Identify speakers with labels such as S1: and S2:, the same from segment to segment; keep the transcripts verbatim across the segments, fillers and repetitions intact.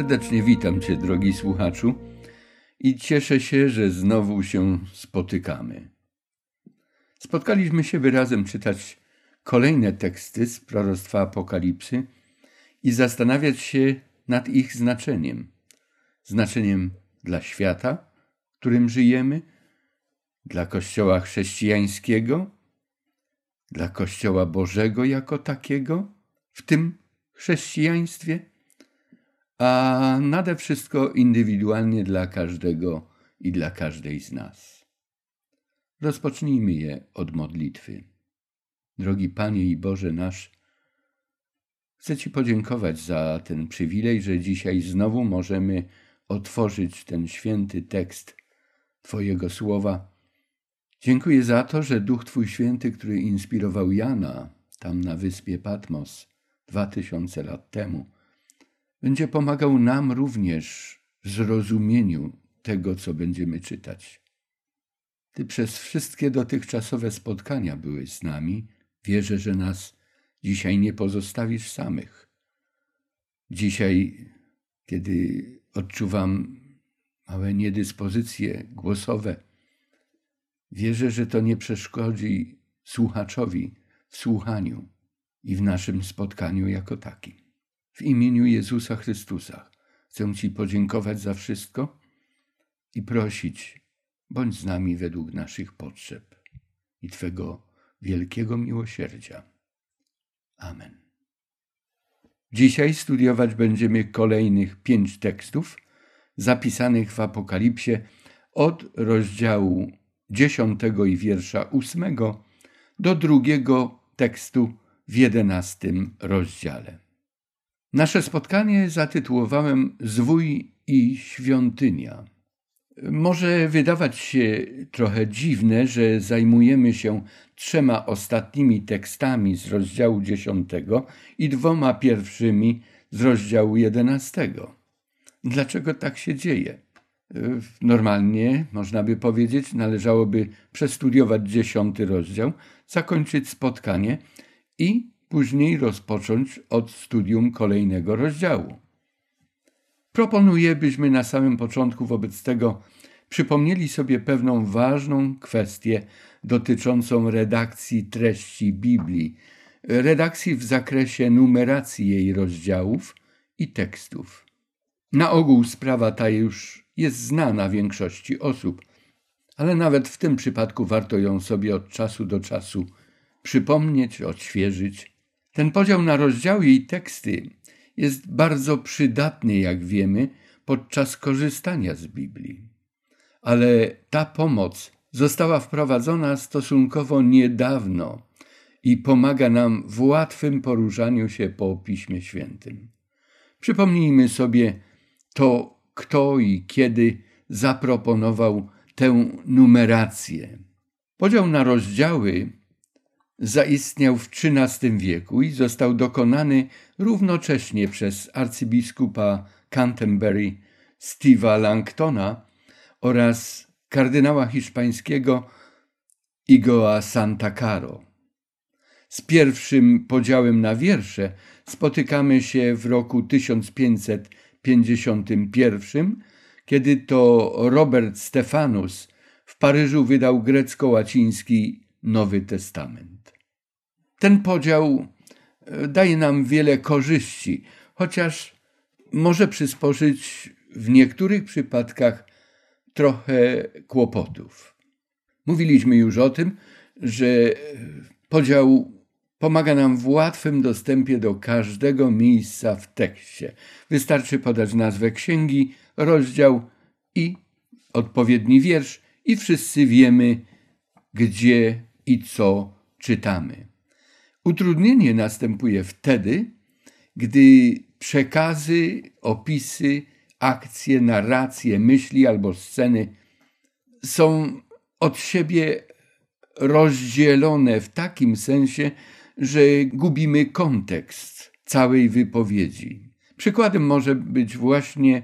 S1: Serdecznie witam Cię, drogi słuchaczu, i cieszę się, że znowu się spotykamy. Spotkaliśmy się, by razem czytać kolejne teksty z proroctwa Apokalipsy i zastanawiać się nad ich znaczeniem. Znaczeniem dla świata, w którym żyjemy, dla Kościoła chrześcijańskiego, dla Kościoła Bożego jako takiego, w tym chrześcijaństwie, a nade wszystko indywidualnie dla każdego i dla każdej z nas. Rozpocznijmy je od modlitwy. Drogi Panie i Boże nasz, chcę Ci podziękować za ten przywilej, że dzisiaj znowu możemy otworzyć ten święty tekst Twojego słowa. Dziękuję za to, że Duch Twój Święty, który inspirował Jana tam na wyspie Patmos dwa tysiące lat temu, będzie pomagał nam również w zrozumieniu tego, co będziemy czytać. Ty przez wszystkie dotychczasowe spotkania byłeś z nami. Wierzę, że nas dzisiaj nie pozostawisz samych. Dzisiaj, kiedy odczuwam małe niedyspozycje głosowe, wierzę, że to nie przeszkodzi słuchaczowi w słuchaniu i w naszym spotkaniu jako takim. W imieniu Jezusa Chrystusa chcę Ci podziękować za wszystko i prosić, bądź z nami według naszych potrzeb i Twego wielkiego miłosierdzia. Amen. Dzisiaj studiować będziemy kolejnych pięć tekstów zapisanych w Apokalipsie od rozdziału dziesiątego i wiersza ósmego do drugiego tekstu w jedenastym rozdziale. Nasze spotkanie zatytułowałem Zwój i świątynia. Może wydawać się trochę dziwne, że zajmujemy się trzema ostatnimi tekstami z rozdziału dziesiątego i dwoma pierwszymi z rozdziału jedenastego. Dlaczego tak się dzieje? Normalnie, można by powiedzieć, należałoby przestudiować dziesiąty rozdział, zakończyć spotkanie i później rozpocząć od studium kolejnego rozdziału. Proponuję, byśmy na samym początku wobec tego przypomnieli sobie pewną ważną kwestię dotyczącą redakcji treści Biblii, redakcji w zakresie numeracji jej rozdziałów i tekstów. Na ogół sprawa ta już jest znana większości osób, ale nawet w tym przypadku warto ją sobie od czasu do czasu przypomnieć, odświeżyć. Ten podział na rozdziały i teksty jest bardzo przydatny, jak wiemy, podczas korzystania z Biblii. Ale ta pomoc została wprowadzona stosunkowo niedawno i pomaga nam w łatwym poruszaniu się po Piśmie Świętym. Przypomnijmy sobie to, kto i kiedy zaproponował tę numerację. Podział na rozdziały zaistniał w trzynastym wieku i został dokonany równocześnie przez arcybiskupa Canterbury Steve'a Langtona oraz kardynała hiszpańskiego Igoa Santa Caro. Z pierwszym podziałem na wiersze spotykamy się w roku tysiąc pięćset pięćdziesiątym pierwszym, kiedy to Robert Stephanus w Paryżu wydał grecko-łaciński Nowy Testament. Ten podział daje nam wiele korzyści, chociaż może przysporzyć w niektórych przypadkach trochę kłopotów. Mówiliśmy już o tym, że podział pomaga nam w łatwym dostępie do każdego miejsca w tekście. Wystarczy podać nazwę księgi, rozdział i odpowiedni wiersz i wszyscy wiemy, gdzie i co czytamy. Utrudnienie następuje wtedy, gdy przekazy, opisy, akcje, narracje, myśli albo sceny są od siebie rozdzielone w takim sensie, że gubimy kontekst całej wypowiedzi. Przykładem może być właśnie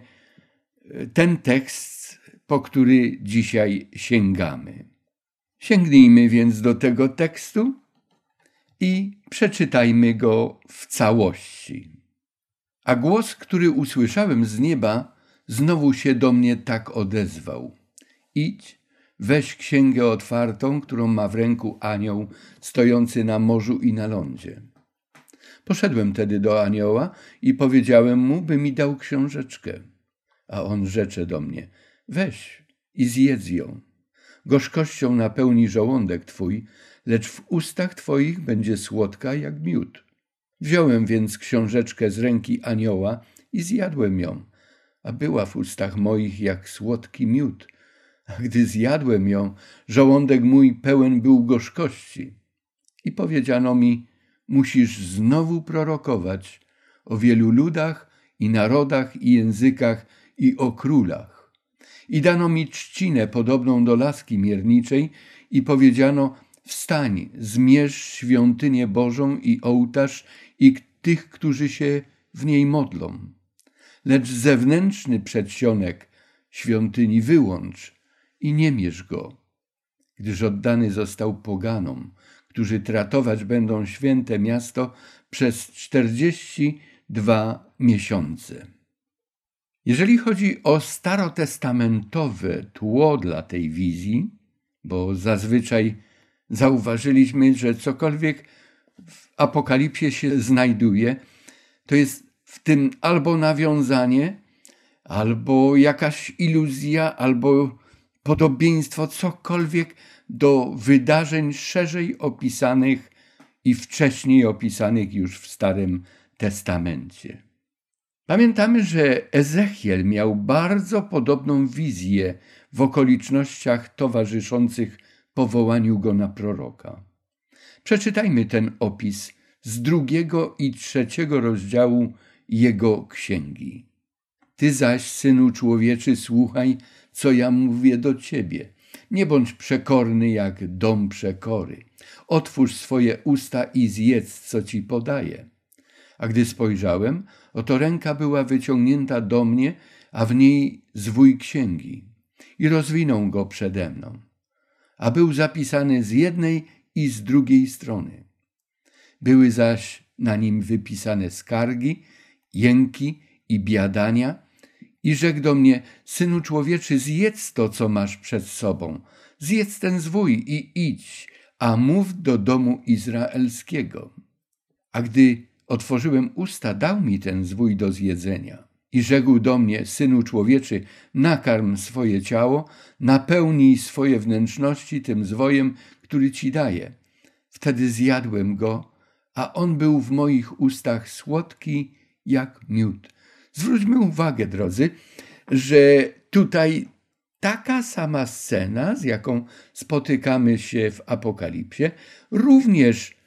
S1: ten tekst, po który dzisiaj sięgamy. Sięgnijmy więc do tego tekstu i przeczytajmy go w całości. A głos, który usłyszałem z nieba, znowu się do mnie tak odezwał. Idź, weź księgę otwartą, którą ma w ręku anioł stojący na morzu i na lądzie. Poszedłem tedy do anioła i powiedziałem mu, by mi dał książeczkę. A on rzecze do mnie, weź i zjedz ją. Gorzkością napełni żołądek twój, lecz w ustach twoich będzie słodka jak miód. Wziąłem więc książeczkę z ręki anioła i zjadłem ją, a była w ustach moich jak słodki miód. A gdy zjadłem ją, żołądek mój pełen był gorzkości. I powiedziano mi, musisz znowu prorokować o wielu ludach i narodach i językach i o królach. I dano mi trzcinę podobną do laski mierniczej i powiedziano, wstań, zmierz świątynię Bożą i ołtarz i tych, którzy się w niej modlą. Lecz zewnętrzny przedsionek świątyni wyłącz i nie mierz go, gdyż oddany został poganom, którzy tratować będą święte miasto przez czterdzieści dwa miesiące. Jeżeli chodzi o starotestamentowe tło dla tej wizji, bo zazwyczaj zauważyliśmy, że cokolwiek w Apokalipsie się znajduje, to jest w tym albo nawiązanie, albo jakaś iluzja, albo podobieństwo, cokolwiek do wydarzeń szerzej opisanych i wcześniej opisanych już w Starym Testamencie. Pamiętamy, że Ezechiel miał bardzo podobną wizję w okolicznościach towarzyszących powołaniu go na proroka. Przeczytajmy ten opis z drugiego i trzeciego rozdziału jego księgi. Ty zaś, synu człowieczy, słuchaj, co ja mówię do ciebie. Nie bądź przekorny jak dom przekory. Otwórz swoje usta i zjedz, co ci podaję. A gdy spojrzałem, oto ręka była wyciągnięta do mnie, a w niej zwój księgi. I rozwinął go przede mną. A był zapisany z jednej i z drugiej strony. Były zaś na nim wypisane skargi, jęki i biadania, i rzekł do mnie, synu człowieczy, zjedz to, co masz przed sobą. Zjedz ten zwój i idź, a mów do domu izraelskiego. A gdy otworzyłem usta, dał mi ten zwój do zjedzenia. I rzekł do mnie, synu człowieczy, nakarm swoje ciało, napełnij swoje wnętrzności tym zwojem, który ci daję. Wtedy zjadłem go, a on był w moich ustach słodki jak miód. Zwróćmy uwagę, drodzy, że tutaj taka sama scena, z jaką spotykamy się w Apokalipsie, również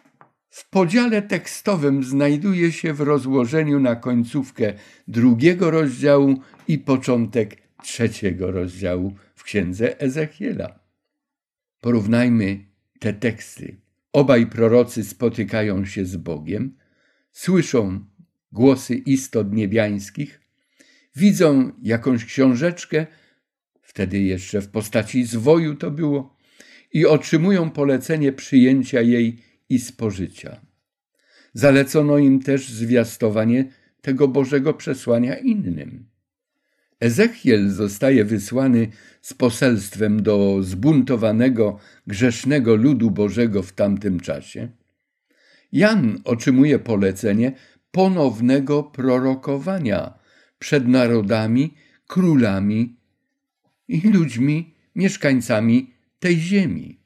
S1: w podziale tekstowym znajduje się w rozłożeniu na końcówkę drugiego rozdziału i początek trzeciego rozdziału w księdze Ezechiela. Porównajmy te teksty. Obaj prorocy spotykają się z Bogiem, słyszą głosy istot niebiańskich, widzą jakąś książeczkę, wtedy jeszcze w postaci zwoju to było, i otrzymują polecenie przyjęcia jej i spożycia. Zalecono im też zwiastowanie tego Bożego przesłania innym. Ezechiel zostaje wysłany z poselstwem do zbuntowanego, grzesznego ludu Bożego w tamtym czasie. Jan otrzymuje polecenie ponownego prorokowania przed narodami, królami i ludźmi, mieszkańcami tej ziemi.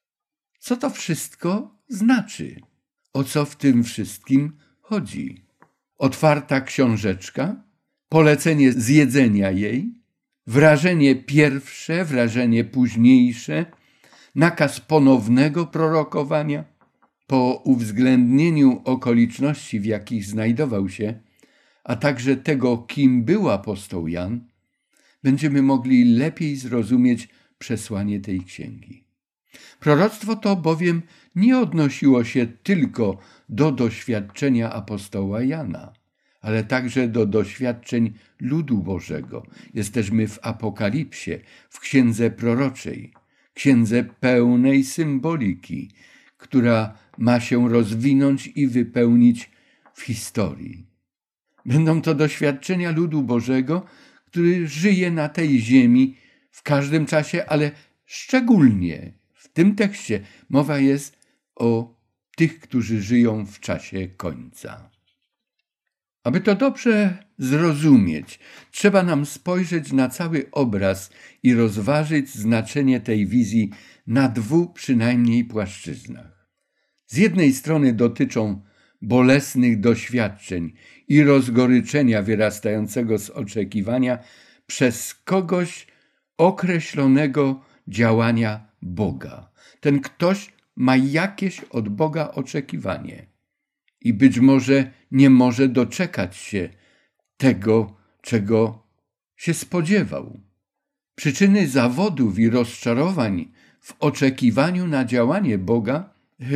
S1: Co to wszystko znaczy? O co w tym wszystkim chodzi? Otwarta książeczka, polecenie zjedzenia jej, wrażenie pierwsze, wrażenie późniejsze, nakaz ponownego prorokowania. Po uwzględnieniu okoliczności, w jakich znajdował się, a także tego, kim był apostoł Jan, będziemy mogli lepiej zrozumieć przesłanie tej księgi. Proroctwo to bowiem nie odnosiło się tylko do doświadczenia apostoła Jana, ale także do doświadczeń ludu Bożego. Jesteśmy w Apokalipsie, w księdze proroczej, księdze pełnej symboliki, która ma się rozwinąć i wypełnić w historii. Będą to doświadczenia ludu Bożego, który żyje na tej ziemi w każdym czasie, ale szczególnie w tym tekście mowa jest o tych, którzy żyją w czasie końca. Aby to dobrze zrozumieć, trzeba nam spojrzeć na cały obraz i rozważyć znaczenie tej wizji na dwóch przynajmniej płaszczyznach. Z jednej strony dotyczą bolesnych doświadczeń i rozgoryczenia wyrastającego z oczekiwania przez kogoś określonego działania Boga. Ten ktoś ma jakieś od Boga oczekiwanie i być może nie może doczekać się tego, czego się spodziewał. Przyczyny zawodów i rozczarowań w oczekiwaniu na działanie Boga,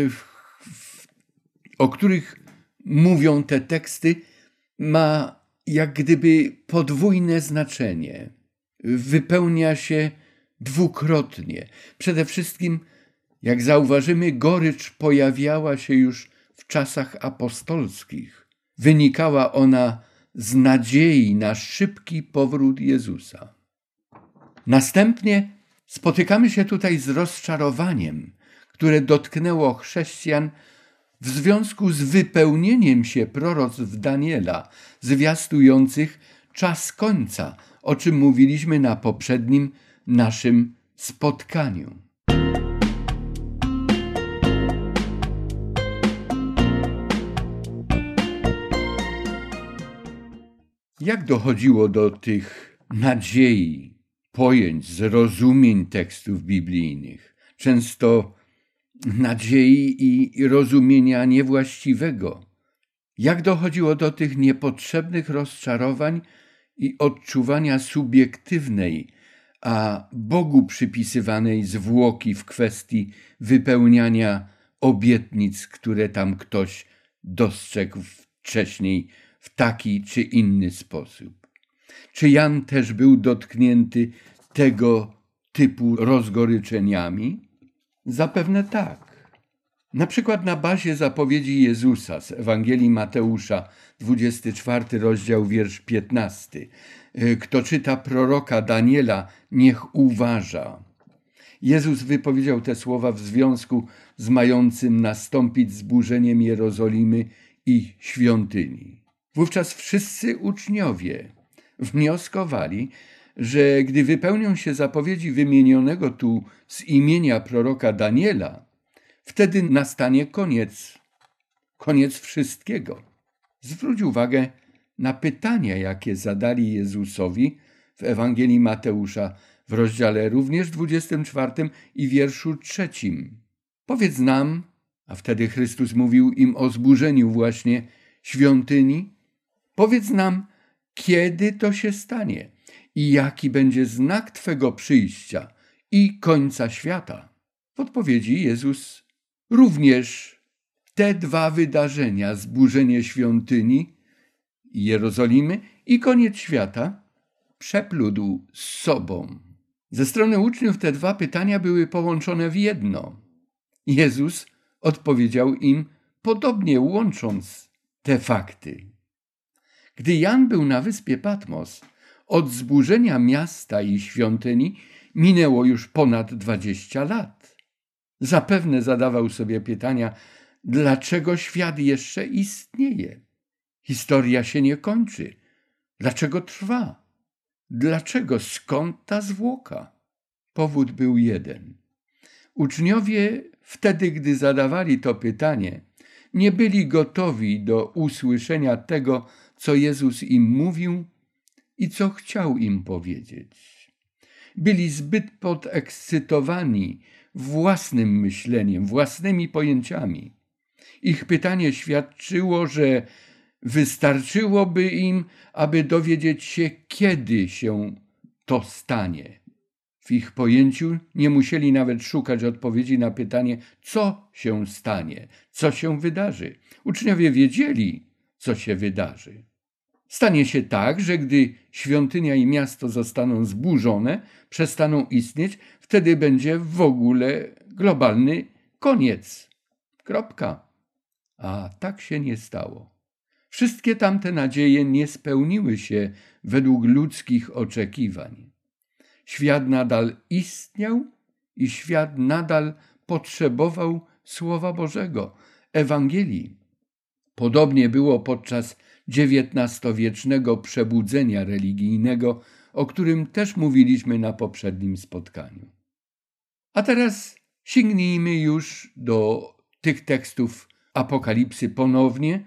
S1: o których mówią te teksty, ma jak gdyby podwójne znaczenie. Wypełnia się dwukrotnie. Przede wszystkim, jak zauważymy, gorycz pojawiała się już w czasach apostolskich. Wynikała ona z nadziei na szybki powrót Jezusa. Następnie spotykamy się tutaj z rozczarowaniem, które dotknęło chrześcijan w związku z wypełnieniem się proroctw Daniela, zwiastujących czas końca, o czym mówiliśmy na poprzednim naszym spotkaniu. Jak dochodziło do tych nadziei, pojęć, zrozumień tekstów biblijnych? Często nadziei i rozumienia niewłaściwego. Jak dochodziło do tych niepotrzebnych rozczarowań i odczuwania subiektywnej, a Bogu przypisywanej zwłoki w kwestii wypełniania obietnic, które tam ktoś dostrzegł wcześniej w taki czy inny sposób. Czy Jan też był dotknięty tego typu rozgoryczeniami? Zapewne tak. Na przykład na bazie zapowiedzi Jezusa z Ewangelii Mateusza, dwudziesty czwarty rozdział, wiersz piętnasty. Kto czyta proroka Daniela, niech uważa. Jezus wypowiedział te słowa w związku z mającym nastąpić zburzeniem Jerozolimy i świątyni. Wówczas wszyscy uczniowie wnioskowali, że gdy wypełnią się zapowiedzi wymienionego tu z imienia proroka Daniela, wtedy nastanie koniec, koniec wszystkiego. Zwróć uwagę na pytania, jakie zadali Jezusowi w Ewangelii Mateusza w rozdziale również dwudziestym czwartym i wierszu trzecim. Powiedz nam, a wtedy Chrystus mówił im o zburzeniu właśnie świątyni, powiedz nam, kiedy to się stanie i jaki będzie znak Twego przyjścia i końca świata. W odpowiedzi Jezus również te dwa wydarzenia, zburzenie świątyni i Jerozolimy i koniec świata, przeplódł z sobą. Ze strony uczniów te dwa pytania były połączone w jedno. Jezus odpowiedział im podobnie, łącząc te fakty. Gdy Jan był na wyspie Patmos, od zburzenia miasta i świątyni minęło już ponad dwadzieścia lat. Zapewne zadawał sobie pytania, dlaczego świat jeszcze istnieje? Historia się nie kończy. Dlaczego trwa? Dlaczego? Skąd ta zwłoka? Powód był jeden. Uczniowie wtedy, gdy zadawali to pytanie, nie byli gotowi do usłyszenia tego, co Jezus im mówił i co chciał im powiedzieć. Byli zbyt podekscytowani własnym myśleniem, własnymi pojęciami. Ich pytanie świadczyło, że wystarczyłoby im, aby dowiedzieć się, kiedy się to stanie. W ich pojęciu nie musieli nawet szukać odpowiedzi na pytanie, co się stanie, co się wydarzy. Uczniowie wiedzieli, co się wydarzy. Stanie się tak, że gdy świątynia i miasto zostaną zburzone, przestaną istnieć, wtedy będzie w ogóle globalny koniec. Kropka. A tak się nie stało. Wszystkie tamte nadzieje nie spełniły się według ludzkich oczekiwań. Świat nadal istniał i świat nadal potrzebował Słowa Bożego, Ewangelii. Podobnie było podczas dziewiętnastowiecznego przebudzenia religijnego, o którym też mówiliśmy na poprzednim spotkaniu. A teraz sięgnijmy już do tych tekstów Apokalipsy ponownie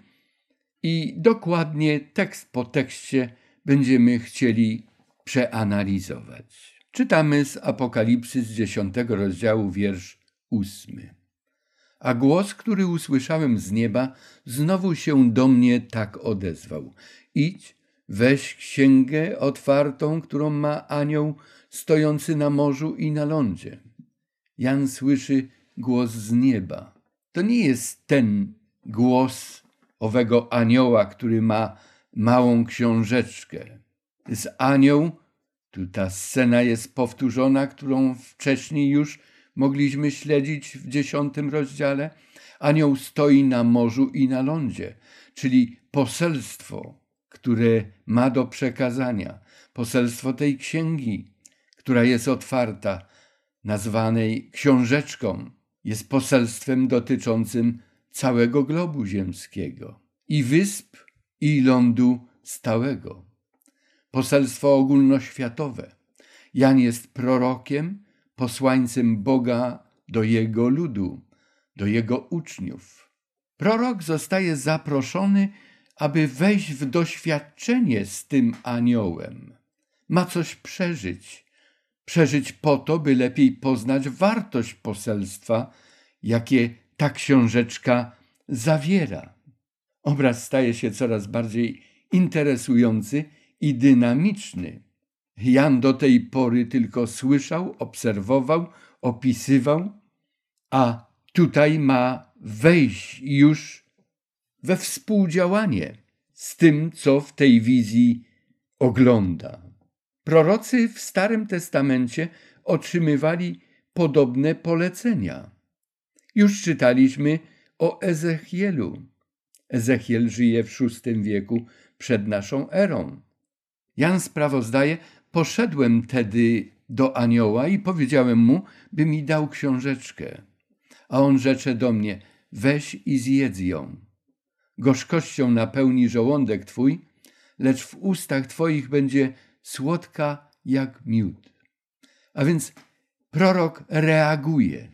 S1: i dokładnie tekst po tekście będziemy chcieli przeanalizować. Czytamy z Apokalipsy z dziesiątego rozdziału, wiersz ósmy. A głos, który usłyszałem z nieba, znowu się do mnie tak odezwał. Idź, weź księgę otwartą, którą ma anioł stojący na morzu i na lądzie. Jan słyszy głos z nieba. To nie jest ten głos owego anioła, który ma małą książeczkę. To jest anioł, tu ta scena jest powtórzona, którą wcześniej już mogliśmy śledzić w dziesiątym rozdziale. Anioł stoi na morzu i na lądzie, czyli poselstwo, które ma do przekazania. Poselstwo tej księgi, która jest otwarta, nazwanej książeczką, jest poselstwem dotyczącym całego globu ziemskiego i wysp, i lądu stałego. Poselstwo ogólnoświatowe. Jan jest prorokiem, posłańcem Boga do jego ludu, do jego uczniów. Prorok zostaje zaproszony, aby wejść w doświadczenie z tym aniołem. Ma coś przeżyć. Przeżyć po to, by lepiej poznać wartość poselstwa, jakie ta książeczka zawiera. Obraz staje się coraz bardziej interesujący i dynamiczny. Jan do tej pory tylko słyszał, obserwował, opisywał, a tutaj ma wejść już we współdziałanie z tym, co w tej wizji ogląda. Prorocy w Starym Testamencie otrzymywali podobne polecenia. Już czytaliśmy o Ezechielu. Ezechiel żyje w szóstym wieku przed naszą erą. Jan sprawozdaje: poszedłem tedy do anioła i powiedziałem mu, by mi dał książeczkę. A on rzecze do mnie: weź i zjedz ją. Gorzkością napełni żołądek twój, lecz w ustach twoich będzie słodka jak miód. A więc prorok reaguje.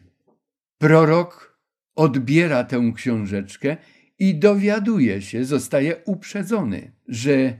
S1: Prorok odbiera tę książeczkę i dowiaduje się, zostaje uprzedzony, że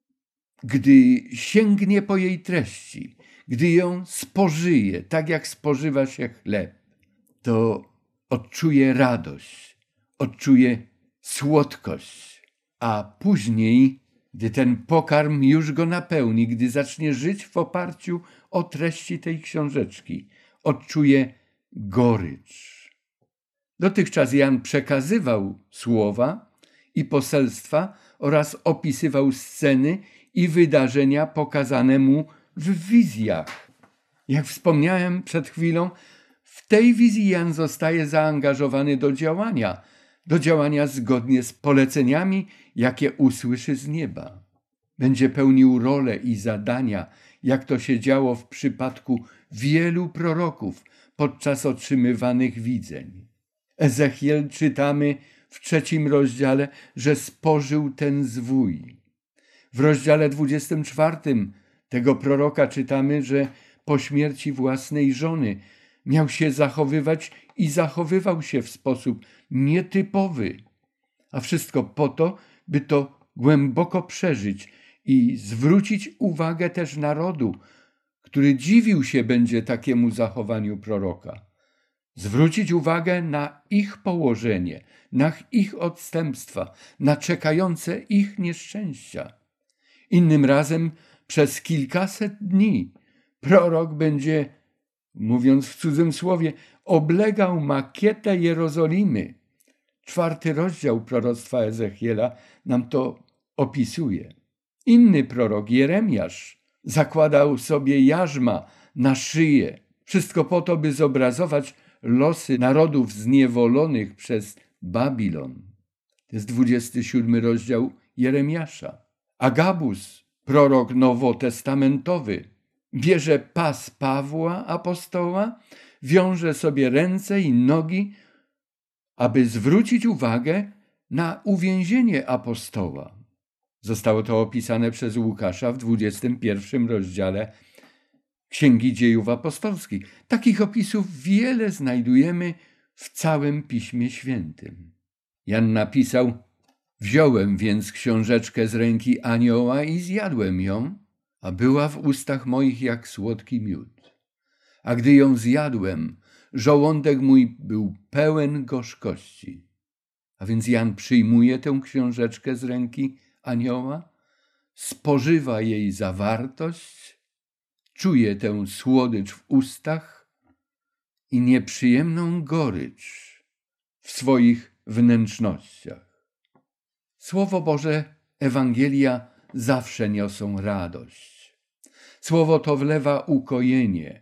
S1: gdy sięgnie po jej treści, gdy ją spożyje, tak jak spożywa się chleb, to odczuje radość, odczuje słodkość, a później, gdy ten pokarm już go napełni, gdy zacznie żyć w oparciu o treści tej książeczki, odczuje gorycz. Dotychczas Jan przekazywał słowa i poselstwa oraz opisywał sceny i wydarzenia pokazane mu w wizjach. Jak wspomniałem przed chwilą, w tej wizji Jan zostaje zaangażowany do działania, do działania zgodnie z poleceniami, jakie usłyszy z nieba. Będzie pełnił rolę i zadania, jak to się działo w przypadku wielu proroków podczas otrzymywanych widzeń. Ezechiel, czytamy w trzecim rozdziale, że spożył ten zwój. W rozdziale dwudziestym czwartym tego proroka czytamy, że po śmierci własnej żony miał się zachowywać i zachowywał się w sposób nietypowy, a wszystko po to, by to głęboko przeżyć i zwrócić uwagę też narodu, który dziwił się będzie takiemu zachowaniu proroka. Zwrócić uwagę na ich położenie, na ich odstępstwa, na czekające ich nieszczęścia. Innym razem przez kilkaset dni prorok będzie, mówiąc w cudzym słowie, oblegał makietę Jerozolimy. Czwarty rozdział proroctwa Ezechiela nam to opisuje. Inny prorok, Jeremiasz, zakładał sobie jarzma na szyję. Wszystko po to, by zobrazować losy narodów zniewolonych przez Babilon. To jest dwudziesty siódmy rozdział Jeremiasza. Agabus, prorok nowotestamentowy, bierze pas Pawła apostoła, wiąże sobie ręce i nogi, aby zwrócić uwagę na uwięzienie apostoła. Zostało to opisane przez Łukasza w dwudziestym pierwszym rozdziale Księgi Dziejów Apostolskich. Takich opisów wiele znajdujemy w całym Piśmie Świętym. Jan napisał: wziąłem więc książeczkę z ręki anioła i zjadłem ją, a była w ustach moich jak słodki miód. A gdy ją zjadłem, żołądek mój był pełen gorzkości. A więc Jan przyjmuje tę książeczkę z ręki anioła, spożywa jej zawartość, czuje tę słodycz w ustach i nieprzyjemną gorycz w swoich wnętrznościach. Słowo Boże, Ewangelia zawsze niosą radość. Słowo to wlewa ukojenie,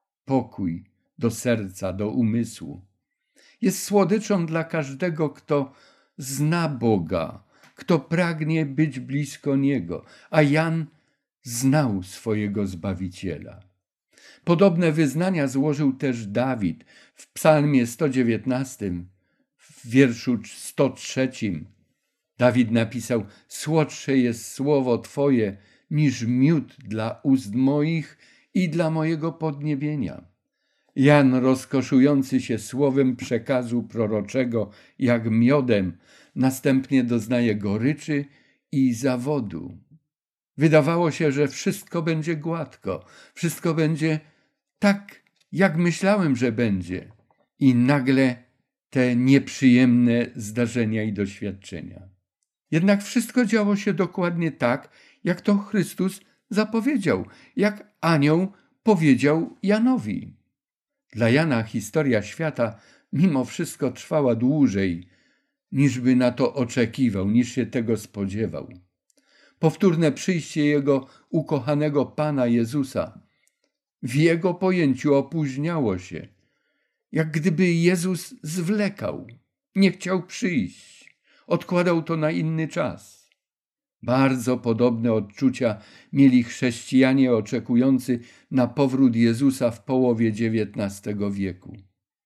S1: pokój do serca, do umysłu. Jest słodyczą dla każdego, kto zna Boga, kto pragnie być blisko Niego, a Jan znał swojego Zbawiciela. Podobne wyznania złożył też Dawid w psalmie sto dziewiętnastym, w wierszu sto trzecim. Dawid napisał: słodsze jest słowo Twoje niż miód dla ust moich i dla mojego podniebienia. Jan, rozkoszujący się słowem przekazu proroczego jak miodem, następnie doznaje goryczy i zawodu. Wydawało się, że wszystko będzie gładko, wszystko będzie tak, jak myślałem, że będzie. I nagle te nieprzyjemne zdarzenia i doświadczenia. Jednak wszystko działo się dokładnie tak, jak to Chrystus zapowiedział, jak anioł powiedział Janowi. Dla Jana historia świata mimo wszystko trwała dłużej, niż by na to oczekiwał, niż się tego spodziewał. Powtórne przyjście jego ukochanego Pana Jezusa w jego pojęciu opóźniało się, jak gdyby Jezus zwlekał, nie chciał przyjść, odkładał to na inny czas. Bardzo podobne odczucia mieli chrześcijanie oczekujący na powrót Jezusa w połowie dziewiętnastego wieku.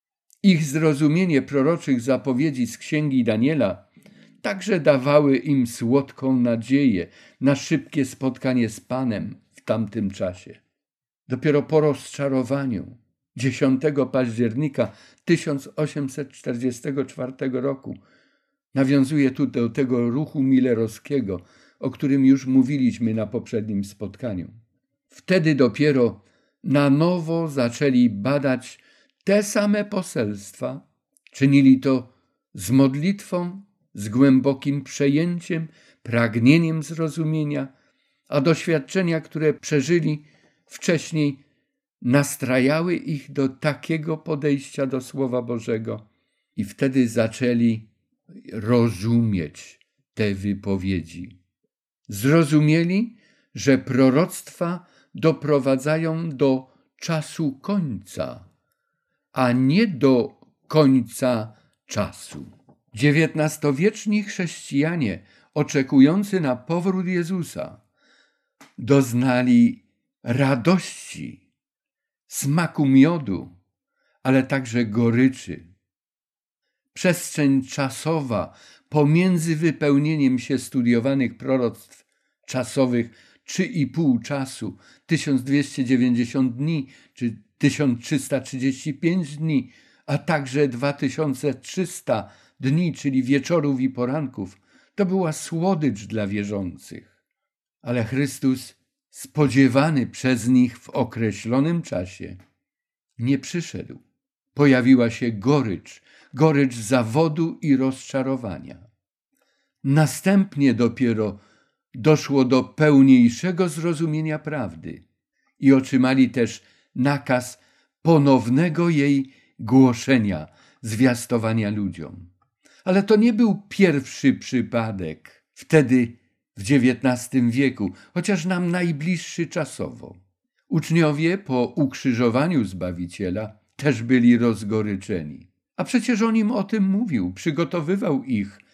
S1: Ich zrozumienie proroczych zapowiedzi z Księgi Daniela także dawały im słodką nadzieję na szybkie spotkanie z Panem w tamtym czasie. Dopiero po rozczarowaniu dziesiątego października tysiąc osiemset czterdziestego czwartego roku nawiązuje tu do tego ruchu millerowskiego, o którym już mówiliśmy na poprzednim spotkaniu. Wtedy dopiero na nowo zaczęli badać te same poselstwa, czynili to z modlitwą, z głębokim przejęciem, pragnieniem zrozumienia, a doświadczenia, które przeżyli wcześniej, nastrajały ich do takiego podejścia do Słowa Bożego i wtedy zaczęli rozumieć te wypowiedzi. Zrozumieli, że proroctwa doprowadzają do czasu końca, a nie do końca czasu. dziewiętnastowieczni chrześcijanie oczekujący na powrót Jezusa doznali radości, smaku miodu, ale także goryczy. Przestrzeń czasowa pomiędzy wypełnieniem się studiowanych proroctw czasowych trzy i pół czasu, tysiąc dwieście dziewięćdziesiąt dni czy tysiąc trzysta trzydzieści pięć dni, a także dwa tysiące trzysta dni, czyli wieczorów i poranków, to była słodycz dla wierzących. Ale Chrystus, spodziewany przez nich w określonym czasie, nie przyszedł. Pojawiła się gorycz, gorycz zawodu i rozczarowania. Następnie dopiero doszło do pełniejszego zrozumienia prawdy i otrzymali też nakaz ponownego jej głoszenia, zwiastowania ludziom. Ale to nie był pierwszy przypadek wtedy w dziewiętnastym wieku, chociaż nam najbliższy czasowo. Uczniowie po ukrzyżowaniu Zbawiciela też byli rozgoryczeni. A przecież on im o tym mówił, przygotowywał ich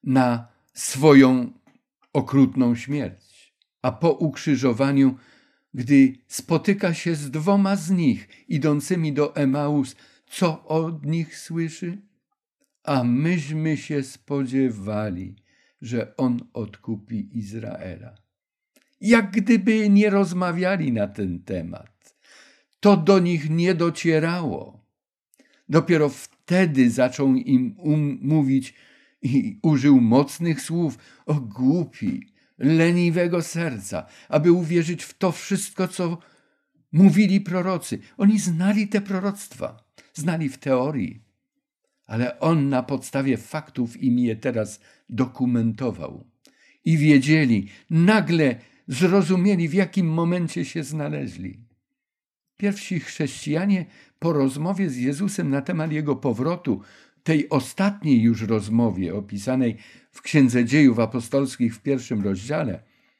S1: na swoją okrutną śmierć. A po ukrzyżowaniu, gdy spotyka się z dwoma z nich idącymi do Emaus, co od nich słyszy? A myśmy się spodziewali, że On odkupi Izraela. Jak gdyby nie rozmawiali na ten temat. To do nich nie docierało. Dopiero wtedy zaczął im um mówić i użył mocnych słów: o głupi, leniwego serca, aby uwierzyć w to wszystko, co mówili prorocy. Oni znali te proroctwa, znali w teorii, ale on na podstawie faktów im je teraz dokumentował. I wiedzieli, nagle zrozumieli, w jakim momencie się znaleźli. Pierwsi chrześcijanie po rozmowie z Jezusem na temat Jego powrotu, tej ostatniej już rozmowie opisanej w Księdze Dziejów Apostolskich w pierwszym rozdziale,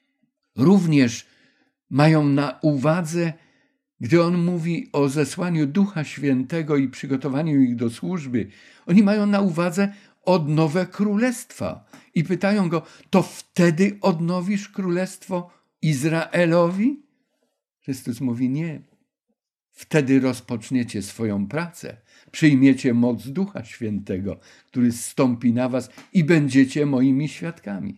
S1: również mają na uwadze, gdy on mówi o zesłaniu Ducha Świętego i przygotowaniu ich do służby, oni mają na uwadze odnowę królestwa i pytają go: to wtedy odnowisz królestwo Izraelowi? Chrystus mówi: nie. Wtedy rozpoczniecie swoją pracę, przyjmiecie moc Ducha Świętego, który zstąpi na was i będziecie moimi świadkami.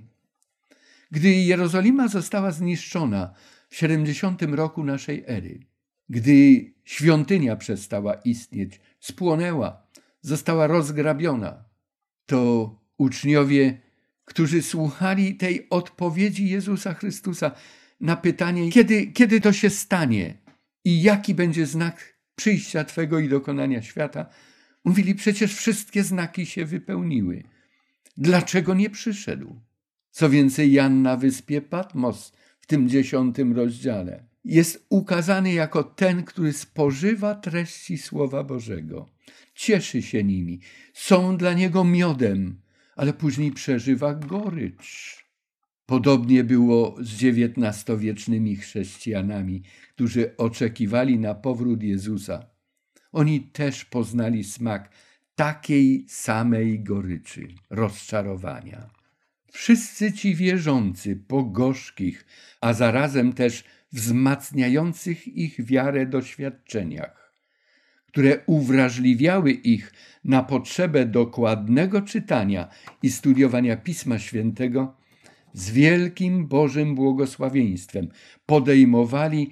S1: Gdy Jerozolima została zniszczona w siedemdziesiątym roku naszej ery, gdy świątynia przestała istnieć, spłonęła, została rozgrabiona, to uczniowie, którzy słuchali tej odpowiedzi Jezusa Chrystusa na pytanie, kiedy, kiedy to się stanie i jaki będzie znak przyjścia Twego i dokonania świata, mówili: przecież wszystkie znaki się wypełniły. Dlaczego nie przyszedł? Co więcej, Jan na wyspie Patmos w tym dziesiątym rozdziale jest ukazany jako ten, który spożywa treści Słowa Bożego. Cieszy się nimi, są dla niego miodem, ale później przeżywa gorycz. Podobnie było z dziewiętnastowiecznymi chrześcijanami, którzy oczekiwali na powrót Jezusa. Oni też poznali smak takiej samej goryczy, rozczarowania. Wszyscy ci wierzący po gorzkich, a zarazem też wzmacniających ich wiarę doświadczeniach, które uwrażliwiały ich na potrzebę dokładnego czytania i studiowania Pisma Świętego, z wielkim Bożym błogosławieństwem podejmowali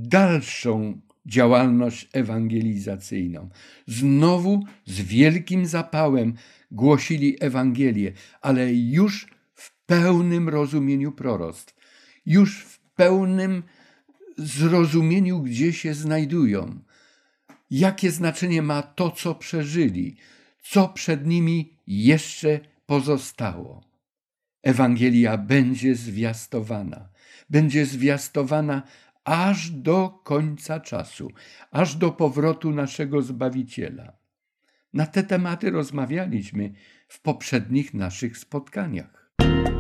S1: dalszą działalność ewangelizacyjną. Znowu z wielkim zapałem głosili Ewangelię, ale już w pełnym rozumieniu proroctw, już w pełnym zrozumieniu, gdzie się znajdują, jakie znaczenie ma to, co przeżyli, co przed nimi jeszcze pozostało. Ewangelia będzie zwiastowana, będzie zwiastowana aż do końca czasu, aż do powrotu naszego Zbawiciela. Na te tematy rozmawialiśmy w poprzednich naszych spotkaniach.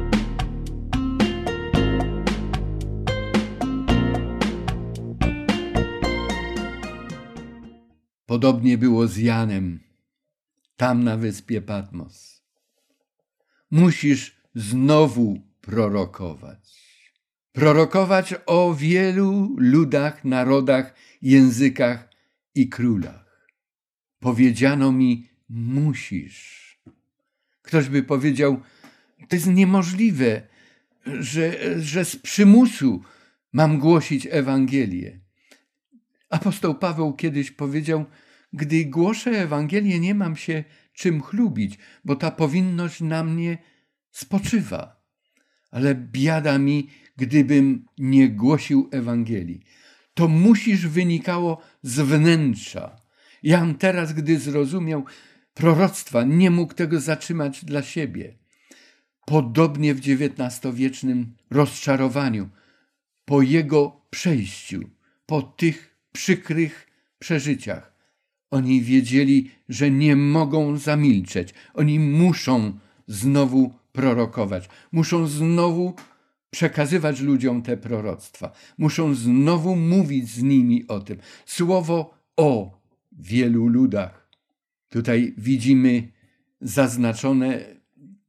S1: Podobnie było z Janem, tam na wyspie Patmos. Musisz znowu prorokować. Prorokować o wielu ludach, narodach, językach i królach. Powiedziano mi: musisz. Ktoś by powiedział: to jest niemożliwe, że, że z przymusu mam głosić Ewangelię. Apostoł Paweł kiedyś powiedział: gdy głoszę Ewangelię, nie mam się czym chlubić, bo ta powinność na mnie spoczywa. Ale biada mi, gdybym nie głosił Ewangelii. To musisz wynikało z wnętrza. Jan teraz, gdy zrozumiał proroctwa, nie mógł tego zatrzymać dla siebie. Podobnie w dziewiętnastowiecznym rozczarowaniu, po jego przejściu, po tych przykrych przeżyciach, oni wiedzieli, że nie mogą zamilczeć. Oni muszą znowu prorokować. Muszą znowu przekazywać ludziom te proroctwa. Muszą znowu mówić z nimi o tym. Słowo o wielu ludach. Tutaj widzimy zaznaczone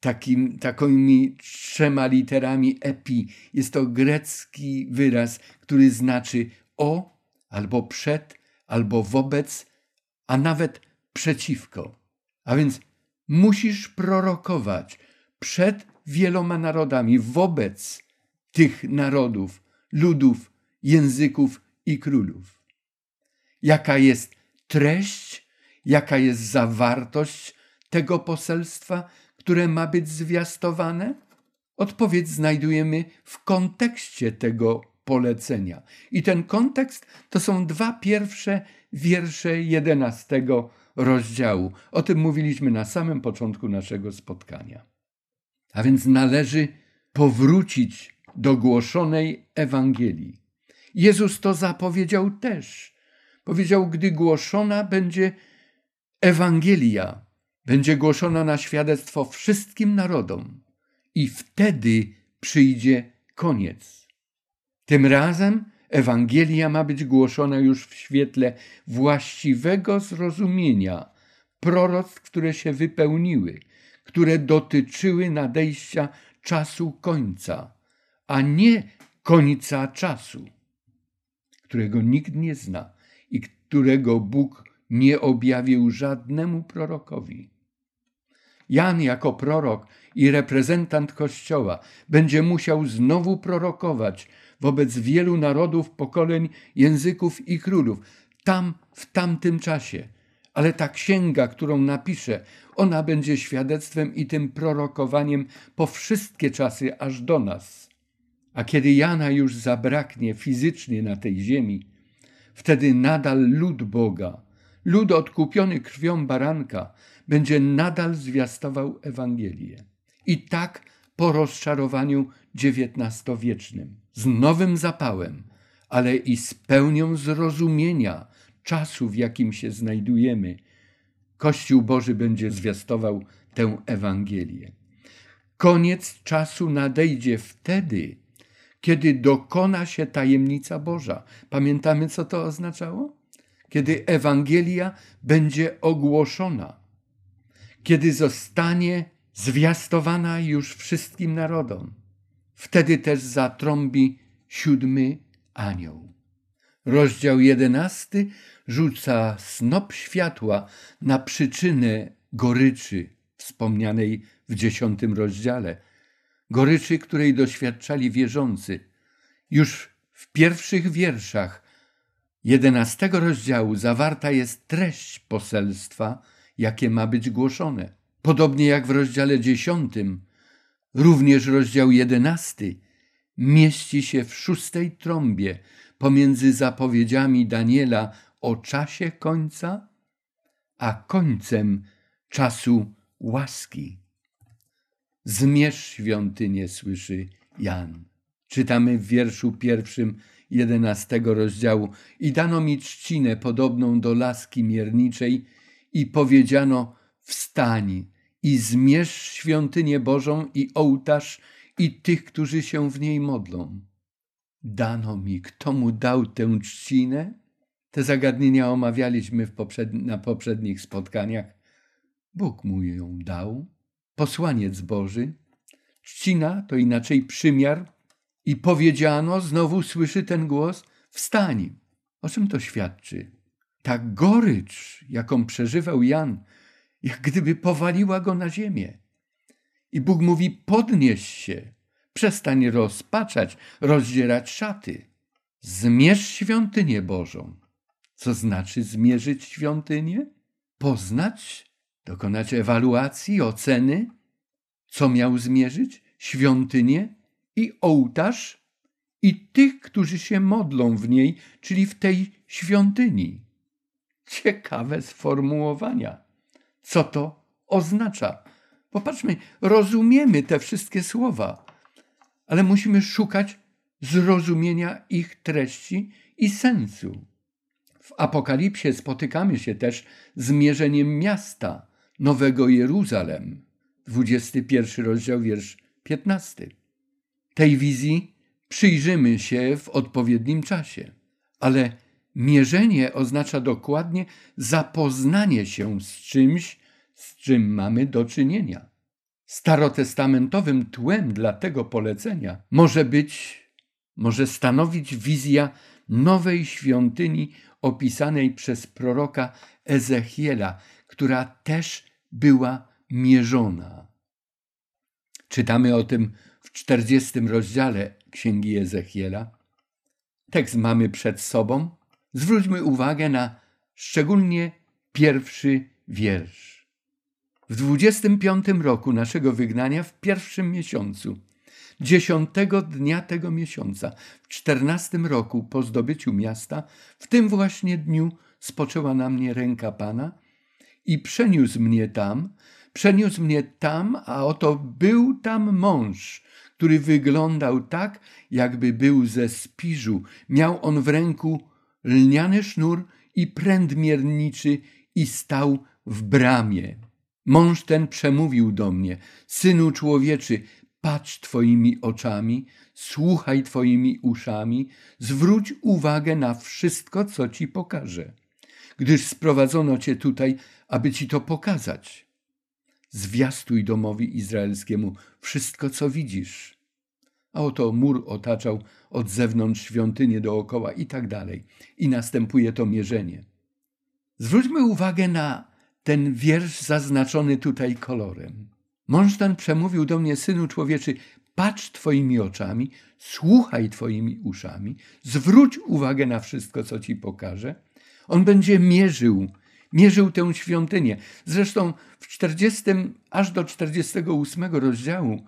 S1: takim, takimi trzema literami epi. Jest to grecki wyraz, który znaczy o, albo przed, albo wobec, a nawet przeciwko. A więc musisz prorokować przed wieloma narodami, wobec tych narodów, ludów, języków i królów. Jaka jest treść, jaka jest zawartość tego poselstwa, które ma być zwiastowane? Odpowiedź znajdujemy w kontekście tego polecenia. I ten kontekst to są dwa pierwsze wiersze jedenastego rozdziału. O tym mówiliśmy na samym początku naszego spotkania. A więc należy powrócić do głoszonej Ewangelii. Jezus to zapowiedział też. Powiedział, gdy głoszona będzie Ewangelia, będzie głoszona na świadectwo wszystkim narodom i wtedy przyjdzie koniec. Tym razem Ewangelia ma być głoszona już w świetle właściwego zrozumienia proroctw, które się wypełniły, które dotyczyły nadejścia czasu końca, a nie końca czasu, którego nikt nie zna i którego Bóg nie objawił żadnemu prorokowi. Jan jako prorok i reprezentant Kościoła będzie musiał znowu prorokować wobec wielu narodów, pokoleń, języków i królów, tam w tamtym czasie. Ale ta księga, którą napisze, ona będzie świadectwem i tym prorokowaniem po wszystkie czasy, aż do nas. A kiedy Jana już zabraknie fizycznie na tej ziemi, wtedy nadal lud Boga, lud odkupiony krwią baranka, będzie nadal zwiastował Ewangelię. I tak po rozczarowaniu dziewiętnastowiecznym, z nowym zapałem, ale i z pełnią zrozumienia czasu, w jakim się znajdujemy, Kościół Boży będzie zwiastował tę Ewangelię. Koniec czasu nadejdzie wtedy, kiedy dokona się tajemnica Boża. Pamiętamy, co to oznaczało? Kiedy Ewangelia będzie ogłoszona, kiedy zostanie zwiastowana już wszystkim narodom. Wtedy też zatrąbi siódmy anioł. Rozdział jedenasty rzuca snop światła na przyczynę goryczy wspomnianej w dziesiątym rozdziale. Goryczy, której doświadczali wierzący. Już w pierwszych wierszach jedenastego rozdziału zawarta jest treść poselstwa, jakie ma być głoszone. Podobnie jak w rozdziale dziesiątym, również rozdział jedenasty mieści się w szóstej trąbie pomiędzy zapowiedziami Daniela o czasie końca, a końcem czasu łaski. Zmierz świątynię, słyszy Jan. Czytamy w wierszu pierwszym jedenastego rozdziału. I dano mi trzcinę podobną do laski mierniczej i powiedziano: wstań i zmierz świątynię Bożą i ołtarz i tych, którzy się w niej modlą. Dano mi. Kto mu dał tę trzcinę? Te zagadnienia omawialiśmy w poprzed... na poprzednich spotkaniach. Bóg mu ją dał. Posłaniec Boży. Trzcina to inaczej przymiar. I powiedziano, znowu słyszy ten głos: wstań. O czym to świadczy? Ta gorycz, jaką przeżywał Jan, jak gdyby powaliła go na ziemię. I Bóg mówi: podnieś się, przestań rozpaczać, rozdzierać szaty. Zmierz świątynię Bożą. Co znaczy zmierzyć świątynię? Poznać, dokonać ewaluacji, oceny. Co miał zmierzyć? Świątynię i ołtarz i tych, którzy się modlą w niej, czyli w tej świątyni. Ciekawe sformułowania. Co to oznacza? Popatrzmy, rozumiemy te wszystkie słowa, ale musimy szukać zrozumienia ich treści i sensu. W Apokalipsie spotykamy się też z mierzeniem miasta Nowego Jeruzalem. dwudziesty pierwszy rozdział, wiersz piętnasty. Tej wizji przyjrzymy się w odpowiednim czasie, ale mierzenie oznacza dokładnie zapoznanie się z czymś, z czym mamy do czynienia. Starotestamentowym tłem dla tego polecenia może być, może stanowić wizja nowej świątyni opisanej przez proroka Ezechiela, która też była mierzona. Czytamy o tym w czterdziestym rozdziale Księgi Ezechiela. Tekst mamy przed sobą. Zwróćmy uwagę na szczególnie pierwszy wiersz. W dwudziestym piątym roku naszego wygnania, w pierwszym miesiącu, dziesiątego dnia tego miesiąca, w czternastym roku po zdobyciu miasta, w tym właśnie dniu spoczęła na mnie ręka Pana i przeniósł mnie tam, przeniósł mnie tam, a oto był tam mąż, który wyglądał tak, jakby był ze spiżu. Miał on w ręku lniany sznur i pręt mierniczy i stał w bramie. Mąż ten przemówił do mnie: Synu człowieczy, patrz twoimi oczami, słuchaj twoimi uszami, zwróć uwagę na wszystko, co ci pokażę, gdyż sprowadzono cię tutaj, aby ci to pokazać. Zwiastuj domowi izraelskiemu wszystko, co widzisz. A oto mur otaczał od zewnątrz świątynię dookoła i tak dalej. I następuje to mierzenie. Zwróćmy uwagę na ten wiersz zaznaczony tutaj kolorem. Mąż ten przemówił do mnie: Synu człowieczy, patrz twoimi oczami, słuchaj twoimi uszami, zwróć uwagę na wszystko, co ci pokażę. On będzie mierzył, mierzył tę świątynię. Zresztą w czterdziestym aż do czterdziestego ósmego rozdziału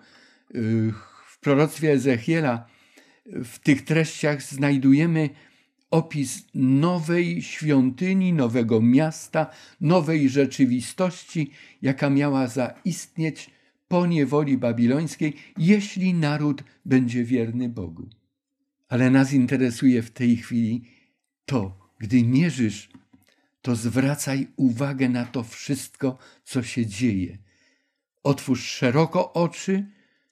S1: w proroctwie Ezechiela w tych treściach znajdujemy opis nowej świątyni, nowego miasta, nowej rzeczywistości, jaka miała zaistnieć po niewoli babilońskiej, jeśli naród będzie wierny Bogu. Ale nas interesuje w tej chwili to, gdy mierzysz, to zwracaj uwagę na to wszystko, co się dzieje. Otwórz szeroko oczy,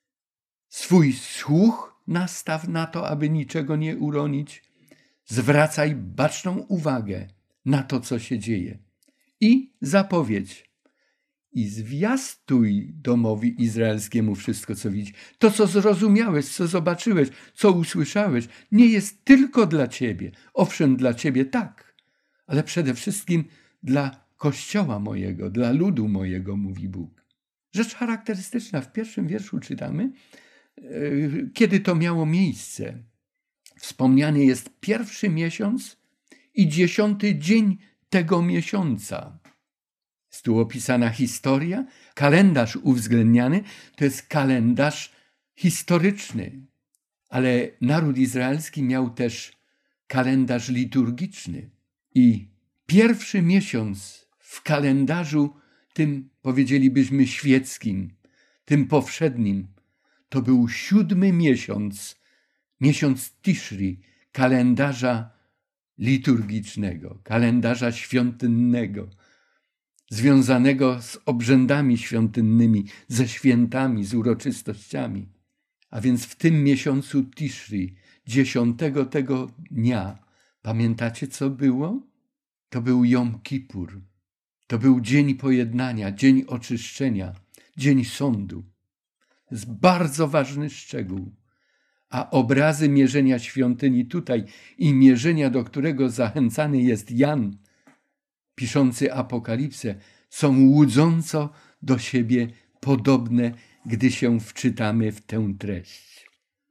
S1: swój słuch nastaw na to, aby niczego nie uronić. Zwracaj baczną uwagę na to, co się dzieje. I zapowiedź. I zwiastuj domowi izraelskiemu wszystko, co widzisz. To, co zrozumiałeś, co zobaczyłeś, co usłyszałeś, nie jest tylko dla ciebie. Owszem, dla ciebie tak, ale przede wszystkim dla Kościoła mojego, dla ludu mojego, mówi Bóg. Rzecz charakterystyczna, w pierwszym wierszu czytamy, kiedy to miało miejsce. Wspomniany jest pierwszy miesiąc i dziesiąty dzień tego miesiąca. Jest tu opisana historia. Kalendarz uwzględniany to jest kalendarz historyczny, ale naród izraelski miał też kalendarz liturgiczny. I pierwszy miesiąc w kalendarzu tym, powiedzielibyśmy, świeckim, tym powszednim, to był siódmy miesiąc, miesiąc Tishri, kalendarza liturgicznego, kalendarza świątynnego, związanego z obrzędami świątynnymi, ze świętami, z uroczystościami. A więc w tym miesiącu Tishri, dziesiątego tego dnia, pamiętacie, co było? To był Jom Kippur. To był dzień pojednania, dzień oczyszczenia, dzień sądu. To jest bardzo ważny szczegół. A obrazy mierzenia świątyni tutaj i mierzenia, do którego zachęcany jest Jan, piszący Apokalipsę, są łudząco do siebie podobne, gdy się wczytamy w tę treść.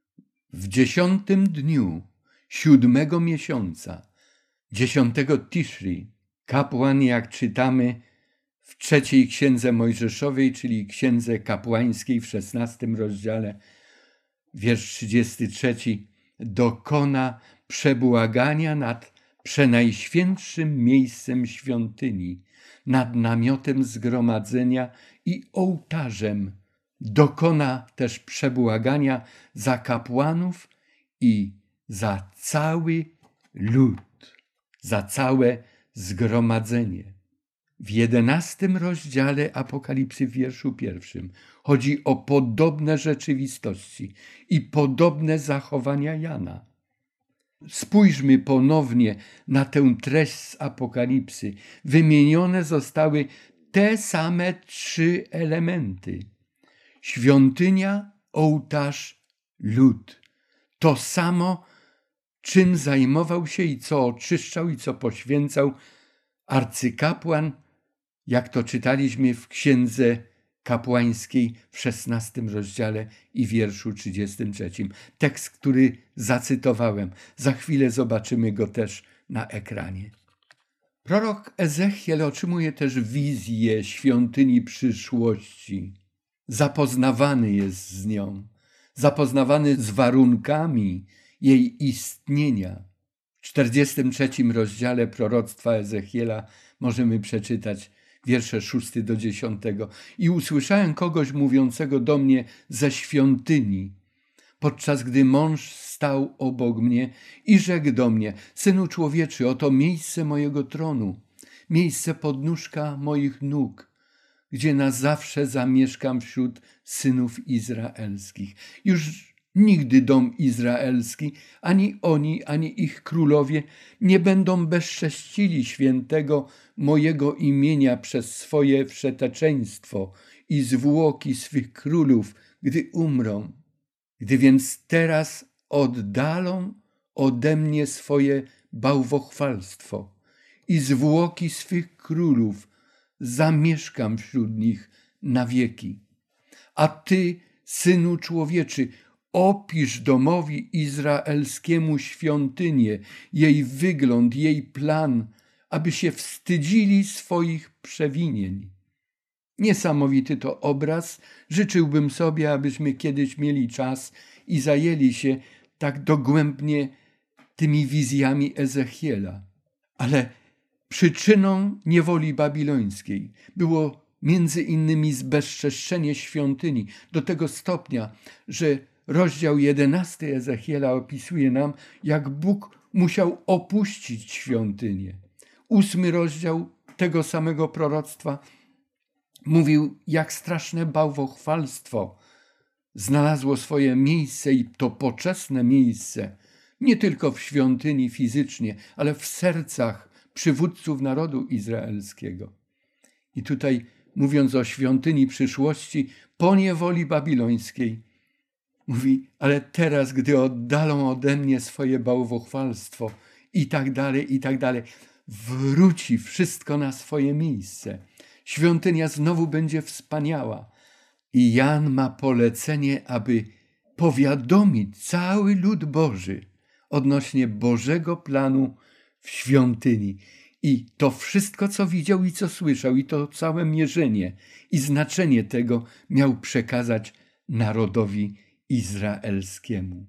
S1: W dziesiątym dniu siódmego miesiąca, dziesiątego Tishri, kapłan, jak czytamy w trzeciej księdze Mojżeszowej, czyli księdze kapłańskiej w szesnastym rozdziale, wiersz trzydziesty trzeci, dokona przebłagania nad przenajświętszym miejscem świątyni, nad namiotem zgromadzenia i ołtarzem. Dokona też przebłagania za kapłanów i za cały lud, za całe zgromadzenie. W jedenastym rozdziale Apokalipsy w wierszu pierwszym chodzi o podobne rzeczywistości i podobne zachowania Jana. Spójrzmy ponownie na tę treść z Apokalipsy. Wymienione zostały te same trzy elementy. Świątynia, ołtarz, lud. To samo, czym zajmował się i co oczyszczał i co poświęcał arcykapłan, jak to czytaliśmy w Księdze Kapłańskiej w szesnastym rozdziale i wierszu trzydziestym trzecim. Tekst, który zacytowałem. Za chwilę zobaczymy go też na ekranie. Prorok Ezechiel otrzymuje też wizję świątyni przyszłości. Zapoznawany jest z nią, zapoznawany z warunkami jej istnienia. W czterdziestym trzecim rozdziale proroctwa Ezechiela możemy przeczytać wiersze szósty do dziesiątego. I usłyszałem kogoś mówiącego do mnie ze świątyni, podczas gdy mąż stał obok mnie i rzekł do mnie: Synu człowieczy, oto miejsce mojego tronu, miejsce podnóżka moich nóg, gdzie na zawsze zamieszkam wśród synów izraelskich. Już nigdy dom izraelski, ani oni, ani ich królowie nie będą bezcześcili świętego mojego imienia przez swoje wszeteczeństwo i zwłoki swych królów, gdy umrą. Gdy więc teraz oddalą ode mnie swoje bałwochwalstwo i zwłoki swych królów, zamieszkam wśród nich na wieki. A ty, synu człowieczy, opisz domowi izraelskiemu świątynię, jej wygląd, jej plan, aby się wstydzili swoich przewinień. Niesamowity to obraz. Życzyłbym sobie, abyśmy kiedyś mieli czas i zajęli się tak dogłębnie tymi wizjami Ezechiela. Ale przyczyną niewoli babilońskiej było między innymi zbezczeszczenie świątyni do tego stopnia, że rozdział jedenasty Ezechiela opisuje nam, jak Bóg musiał opuścić świątynię. Ósmy rozdział tego samego proroctwa mówił, jak straszne bałwochwalstwo znalazło swoje miejsce, i to poczesne miejsce, nie tylko w świątyni fizycznie, ale w sercach przywódców narodu izraelskiego. I tutaj, mówiąc o świątyni przyszłości po niewoli babilońskiej, mówi: ale teraz, gdy oddalą ode mnie swoje bałwochwalstwo i tak dalej, i tak dalej, wróci wszystko na swoje miejsce. Świątynia znowu będzie wspaniała. I Jan ma polecenie, aby powiadomić cały lud Boży odnośnie Bożego planu w świątyni. I to wszystko, co widział i co słyszał, i to całe mierzenie i znaczenie tego miał przekazać narodowi izraelskiemu.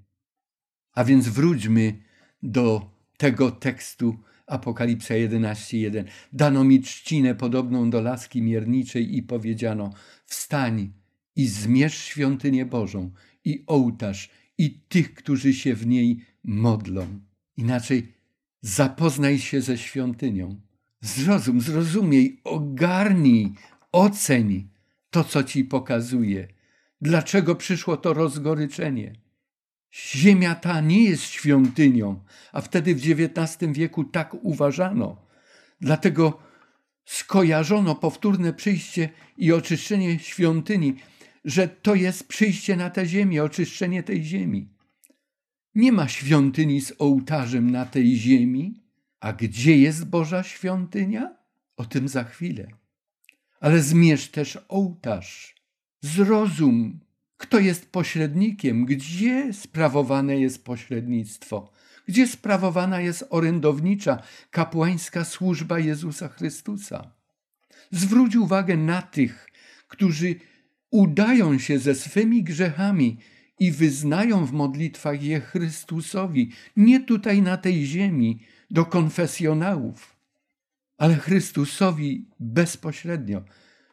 S1: A więc wróćmy do tego tekstu Apokalipsa jedenaście jeden. Dano mi trzcinę podobną do laski mierniczej i powiedziano: wstań i zmierz świątynię Bożą i ołtarz i tych, którzy się w niej modlą. Inaczej, zapoznaj się ze świątynią. Zrozum, zrozumiej, ogarnij, oceń to, co ci pokazuje. Dlaczego przyszło to rozgoryczenie? Ziemia ta nie jest świątynią, a wtedy w dziewiętnastym wieku tak uważano. Dlatego skojarzono powtórne przyjście i oczyszczenie świątyni, że to jest przyjście na tę ziemię, oczyszczenie tej ziemi. Nie ma świątyni z ołtarzem na tej ziemi. A gdzie jest Boża świątynia? O tym za chwilę. Ale zmierz też ołtarz. Zrozum, kto jest pośrednikiem, gdzie sprawowane jest pośrednictwo, gdzie sprawowana jest orędownicza, kapłańska służba Jezusa Chrystusa. Zwróć uwagę na tych, którzy udają się ze swymi grzechami i wyznają w modlitwach je Chrystusowi, nie tutaj na tej ziemi, do konfesjonałów, ale Chrystusowi bezpośrednio.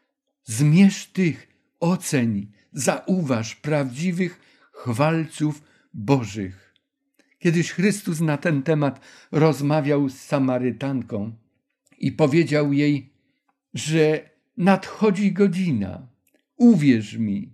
S1: Zmierz tych, oceń, zauważ prawdziwych chwalców Bożych. Kiedyś Chrystus na ten temat rozmawiał z Samarytanką i powiedział jej, że nadchodzi godzina. Uwierz mi,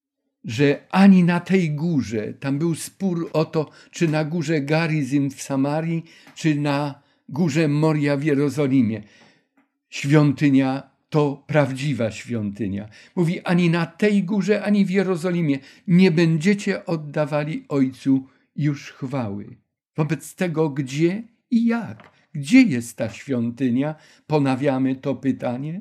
S1: że ani na tej górze, tam był spór o to, czy na górze Garizim w Samarii, czy na górze Moria w Jerozolimie, świątynia to prawdziwa świątynia. Mówi, ani na tej górze, ani w Jerozolimie nie będziecie oddawali Ojcu już chwały. Wobec tego gdzie i jak? Gdzie jest ta świątynia? Ponawiamy to pytanie.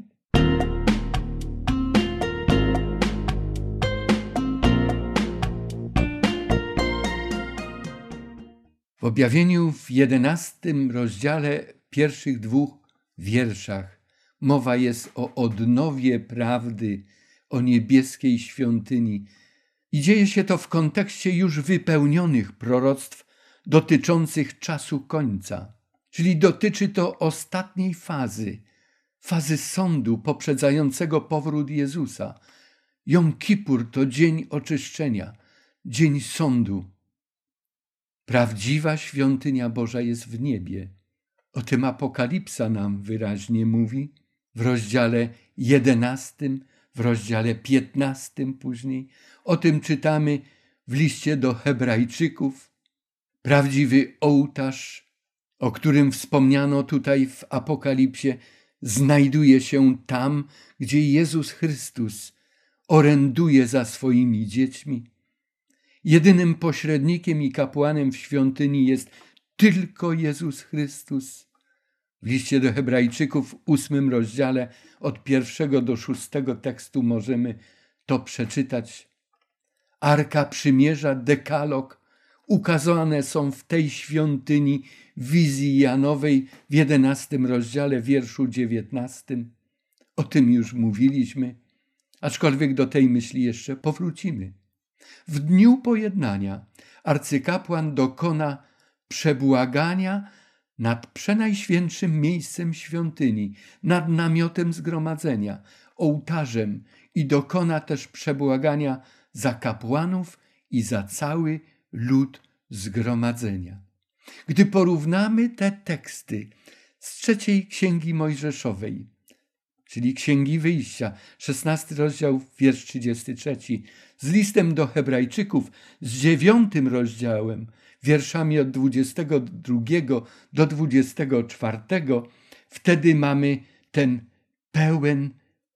S1: W objawieniu w jedenastym rozdziale, pierwszych dwóch wierszach mowa jest o odnowie prawdy, o niebieskiej świątyni. I dzieje się to w kontekście już wypełnionych proroctw dotyczących czasu końca. Czyli dotyczy to ostatniej fazy, fazy sądu poprzedzającego powrót Jezusa. Jom Kippur to dzień oczyszczenia, dzień sądu. Prawdziwa świątynia Boża jest w niebie. O tym Apokalipsa nam wyraźnie mówi w rozdziale jedenastym, w rozdziale piętnastym później. O tym czytamy w liście do Hebrajczyków. Prawdziwy ołtarz, o którym wspomniano tutaj w Apokalipsie, znajduje się tam, gdzie Jezus Chrystus oręduje za swoimi dziećmi. Jedynym pośrednikiem i kapłanem w świątyni jest tylko Jezus Chrystus. W liście do Hebrajczyków w ósmym rozdziale od pierwszego do szóstego tekstu możemy to przeczytać. Arka Przymierza, dekalog ukazane są w tej świątyni wizji Janowej w jedenastym rozdziale, wierszu dziewiętnastym. O tym już mówiliśmy, aczkolwiek do tej myśli jeszcze powrócimy. W dniu pojednania arcykapłan dokona przebłagania nad przenajświętszym miejscem świątyni, nad namiotem zgromadzenia, ołtarzem i dokona też przebłagania za kapłanów i za cały lud zgromadzenia. Gdy porównamy te teksty z trzeciej Księgi Mojżeszowej, czyli Księgi Wyjścia, szesnasty rozdział, wiersz trzydziesty trzeci, z listem do Hebrajczyków, z dziewiątym rozdziałem, wierszami od dwudziestego drugiego do dwudziestego czwartego, wtedy mamy ten pełen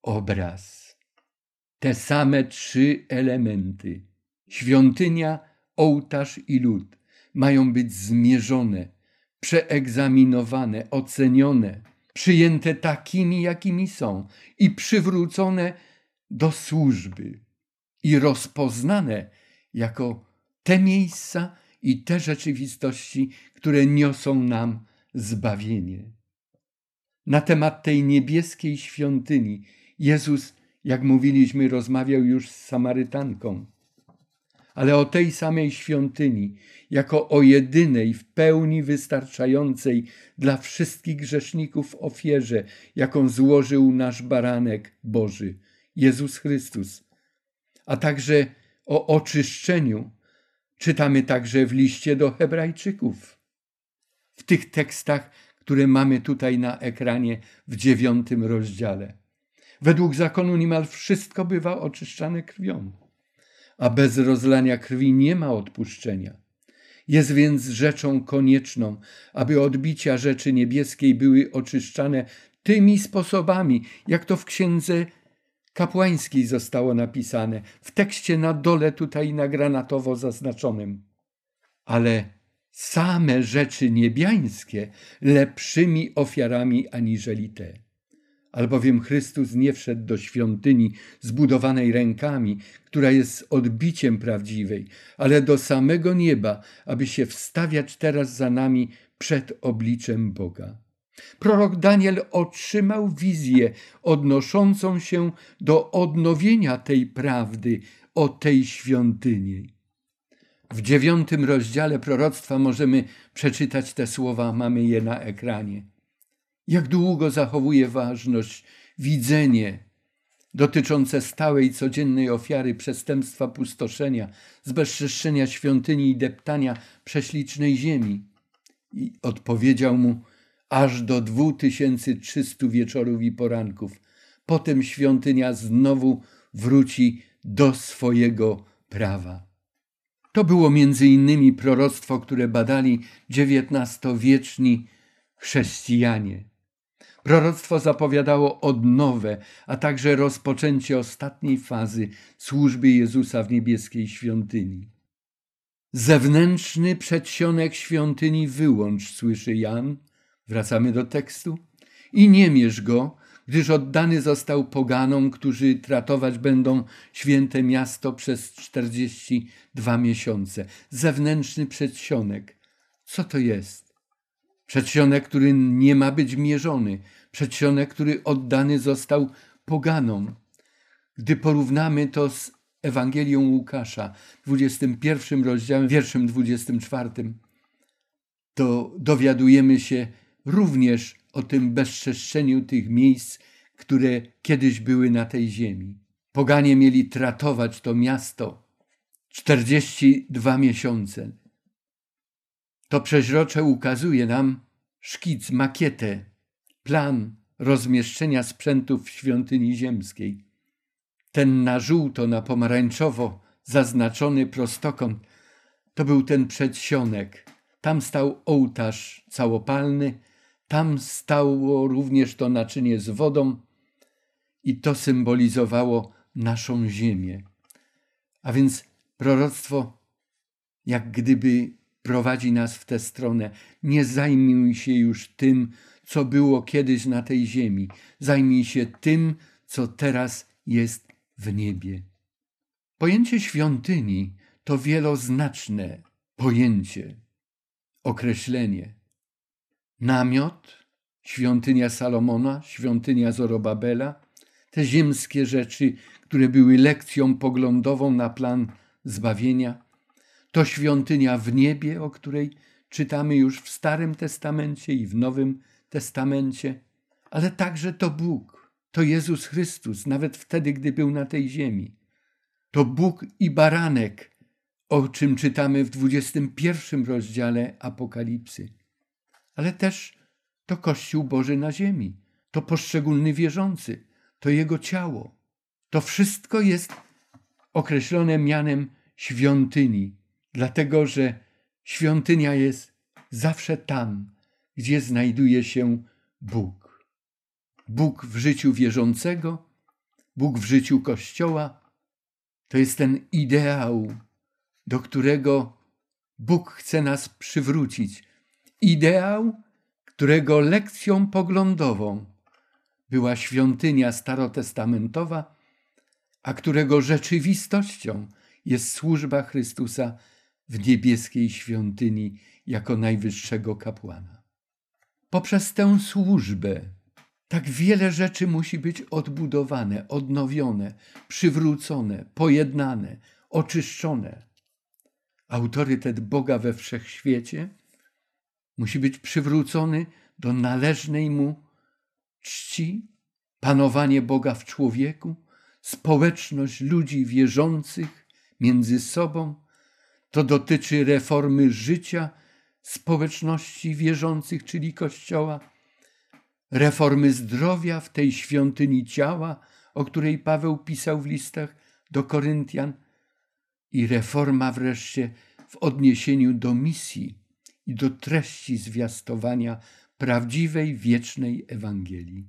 S1: obraz. Te same trzy elementy, świątynia, ołtarz i lud, mają być zmierzone, przeegzaminowane, ocenione, przyjęte takimi, jakimi są i przywrócone do służby i rozpoznane jako te miejsca i te rzeczywistości, które niosą nam zbawienie. Na temat tej niebieskiej świątyni Jezus, jak mówiliśmy, rozmawiał już z Samarytanką. Ale o tej samej świątyni, jako o jedynej, w pełni wystarczającej dla wszystkich grzeszników ofierze, jaką złożył nasz baranek Boży, Jezus Chrystus, a także o oczyszczeniu, czytamy także w liście do Hebrajczyków. W tych tekstach, które mamy tutaj na ekranie w dziewiątym rozdziale. Według zakonu niemal wszystko bywa oczyszczane krwią, a bez rozlania krwi nie ma odpuszczenia. Jest więc rzeczą konieczną, aby odbicia rzeczy niebieskiej były oczyszczane tymi sposobami, jak to w Księdze Kapłańskiej zostało napisane, w tekście na dole tutaj na granatowo zaznaczonym. Ale same rzeczy niebiańskie lepszymi ofiarami aniżeli te. Albowiem Chrystus nie wszedł do świątyni zbudowanej rękami, która jest odbiciem prawdziwej, ale do samego nieba, aby się wstawiać teraz za nami przed obliczem Boga. Prorok Daniel otrzymał wizję odnoszącą się do odnowienia tej prawdy o tej świątyni. W dziewiątym rozdziale proroctwa możemy przeczytać te słowa, mamy je na ekranie. Jak długo zachowuje ważność widzenie dotyczące stałej, codziennej ofiary przestępstwa pustoszenia, zbezczeszczenia świątyni i deptania prześlicznej ziemi? I odpowiedział mu, aż do dwóch tysięcy trzystu wieczorów i poranków. Potem świątynia znowu wróci do swojego prawa. To było między innymi proroctwo, które badali dziewiętnastowieczni chrześcijanie. Proroctwo zapowiadało odnowę, a także rozpoczęcie ostatniej fazy służby Jezusa w niebieskiej świątyni. Zewnętrzny przedsionek świątyni wyłącz, słyszy Jan, wracamy do tekstu, i nie mierz go, gdyż oddany został poganom, którzy tratować będą święte miasto przez czterdzieści dwa miesiące. Zewnętrzny przedsionek. Co to jest? Przedsionek, który nie ma być mierzony. Przedsionek, który oddany został poganom. Gdy porównamy to z Ewangelią Łukasza, dwudziestym pierwszym rozdziałem, wierszem dwudziestym czwartym, to dowiadujemy się również o tym bezczeszczeniu tych miejsc, które kiedyś były na tej ziemi. Poganie mieli tratować to miasto czterdzieści dwa miesiące. To przeźrocze ukazuje nam szkic, makietę, plan rozmieszczenia sprzętów w świątyni ziemskiej. Ten na żółto, na pomarańczowo zaznaczony prostokąt to był ten przedsionek. Tam stał ołtarz całopalny, tam stało również to naczynie z wodą i to symbolizowało naszą ziemię. A więc proroctwo jak gdyby prowadzi nas w tę stronę. Nie zajmuj się już tym, co było kiedyś na tej ziemi. Zajmij się tym, co teraz jest w niebie. Pojęcie świątyni to wieloznaczne pojęcie, określenie. Namiot, świątynia Salomona, świątynia Zorobabela, te ziemskie rzeczy, które były lekcją poglądową na plan zbawienia, to świątynia w niebie, o której czytamy już w Starym Testamencie i w Nowym Testamencie, ale także to Bóg, to Jezus Chrystus, nawet wtedy, gdy był na tej ziemi. To Bóg i baranek, o czym czytamy w dwudziestym pierwszym rozdziale Apokalipsy. Ale też to Kościół Boży na ziemi, to poszczególny wierzący, to Jego ciało. To wszystko jest określone mianem świątyni, dlatego że świątynia jest zawsze tam, gdzie znajduje się Bóg. Bóg w życiu wierzącego, Bóg w życiu Kościoła, to jest ten ideał, do którego Bóg chce nas przywrócić. Ideał, którego lekcją poglądową była świątynia starotestamentowa, a którego rzeczywistością jest służba Chrystusa w niebieskiej świątyni jako najwyższego kapłana. Poprzez tę służbę tak wiele rzeczy musi być odbudowane, odnowione, przywrócone, pojednane, oczyszczone. Autorytet Boga we wszechświecie musi być przywrócony do należnej mu czci, panowanie Boga w człowieku, społeczność ludzi wierzących między sobą. To dotyczy reformy życia społeczności wierzących, czyli Kościoła, reformy zdrowia w tej świątyni ciała, o której Paweł pisał w listach do Koryntian, i reforma wreszcie w odniesieniu do misji i do treści zwiastowania prawdziwej, wiecznej Ewangelii.